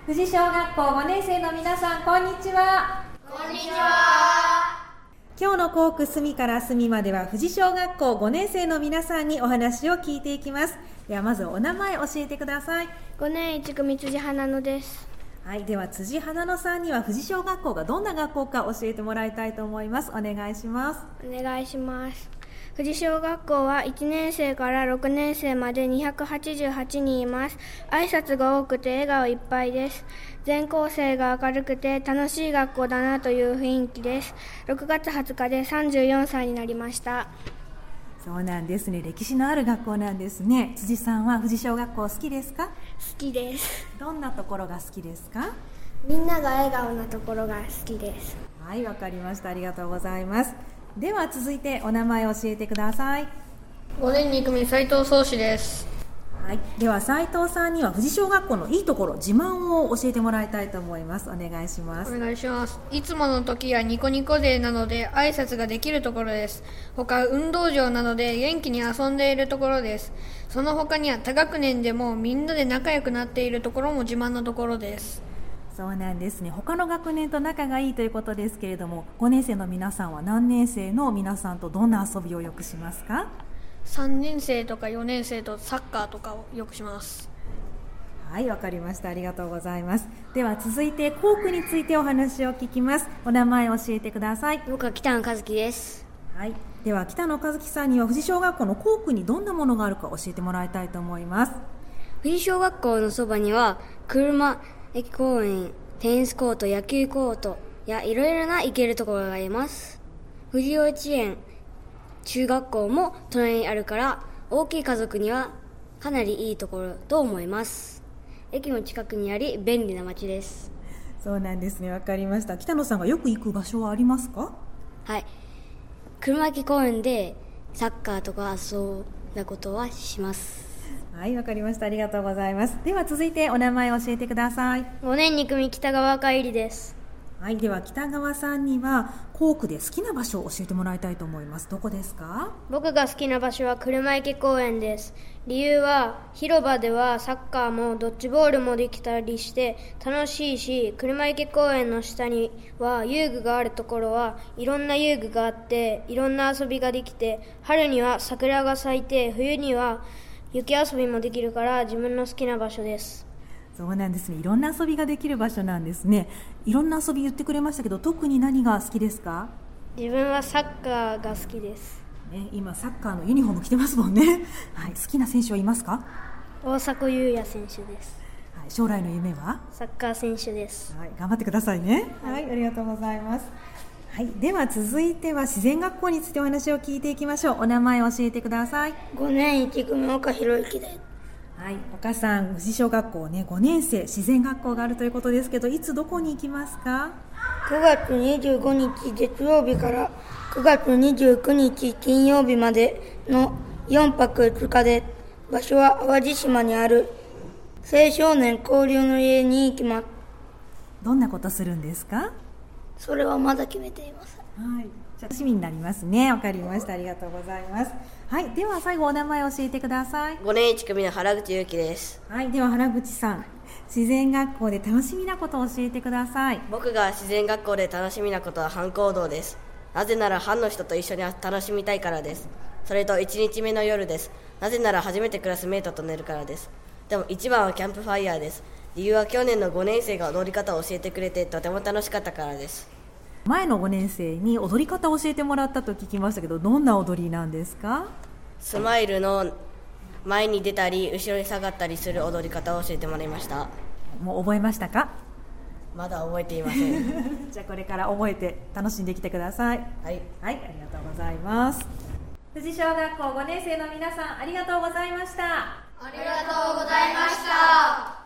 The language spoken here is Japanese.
富士小学校5年生の皆さん、こんにちは。 こんにちは。 今日の校区隅から隅までは富士小学校5年生の皆さんにお話を聞いていきます。ではまずお名前教えてください。 5年1組辻花野です。 はい、では辻花野さんには富士小学校がどんな学校か教えてもらいたいと思います。お願いします。 お願いします。富士小学校は1年生から6年生まで288人います。挨拶が多くて笑顔いっぱいです。全校生が明るくて楽しい学校だなという雰囲気です。6月20日で34歳になりました。 そうなんですね。歴史のある学校なんですね。辻さんは富士小学校好きですか？ 好きです。 どんなところが好きですか？ みんなが笑顔なところが好きです。 はい、わかりました。ありがとうございます。では続いてお名前を教えてください。 5年2組斉藤宗志です。 はい、では斉藤さんには富士小学校のいいところ、自慢を教えてもらいたいと思います。お願いします。 お願いします。いつもの時はニコニコデーなので挨拶ができるところです。他運動場なので元気に遊んでいるところです。その他には他学年でもみんなで仲良くなっているところも自慢のところです。 そうなんですね。他の学年と仲がいいということですけれども、5年生の皆さんは何年生の皆さんとどんな遊びをよくしますか ？3年生とか4年生とサッカーとかをよくします。 はい、わかりました。ありがとうございます。では続いて校区についてお話を聞きます。お名前教えてください。 僕は北野和樹です。 はい、では北野和樹さんには富士小学校の校区にどんなものがあるか教えてもらいたいと思います。 富士小学校のそばには車駅公園、テニスコート、野球コートやいろいろな行けるところがあります。富士幼稚園、中学校も隣にあるから大きい家族にはかなりいいところと思います。駅も近くにあり便利な街です。 そうなんですね。わかりました。北野さんがよく行く場所はありますか？ はい、車駅公園でサッカーとか遊んだことはします。 はい、わかりました。ありがとうございます。では続いてお名前を教えてください。 5年2組北川海里です。 はい、では北川さんには校区で好きな場所を教えてもらいたいと思います。どこですか？ 僕が好きな場所は車駅公園です。理由は広場ではサッカーもドッジボールもできたりして楽しいし、車駅公園の下には遊具があるところはいろんな遊具があっていろんな遊びができて、春には桜が咲いて冬には雪遊びもできるから自分の好きな場所です。 そうなんですね。いろんな遊びができる場所なんですね。いろんな遊び言ってくれましたけど、特に何が好きですか？ 自分はサッカーが好きです。 ね、今サッカーのユニフォーム着てますもんね。はい、好きな選手はいますか？ 大迫勇也選手です。 はい、将来の夢は？ サッカー選手です。 はい、頑張ってくださいね。はい、ありがとうございます。はい、では続いては自然学校についてお話を聞いていきましょう。お名前を教えてください。 5年1組岡弘之です。 はい、岡さん、富士小学校ね、5年生自然学校があるということですけど、いつどこに行きますか ？9月25日月曜日から9月29日金曜日までの4泊5日で、場所は淡路島にある青少年交流の家に行きます。 どんなことするんですか？ それはまだ決めていません。 はい、楽しみになりますね。わかりました。ありがとうございます。はい、では最後お名前を教えてください。 5年1組の原口祐希です。 はい、では原口さん、自然学校で楽しみなことを教えてください。 僕が自然学校で楽しみなことは班行動です。なぜなら班の人と一緒に楽しみたいからです。それと1日目の夜です。なぜなら初めてクラスメートと寝るからです。でも一番はキャンプファイヤーです。理由は去年の5年生が踊り方を教えてくれてとても楽しかったからです。 前の5年生に踊り方を教えてもらったと聞きましたけど、どんな踊りなんですか？ スマイルの前に出たり後ろに下がったりする踊り方を教えてもらいました。 もう覚えましたか？ まだ覚えていません。 じゃあこれから覚えて楽しんできてください。 はい、 はい、ありがとうございます。富士小学校5年生の皆さん、ありがとうございました。 ありがとうございました。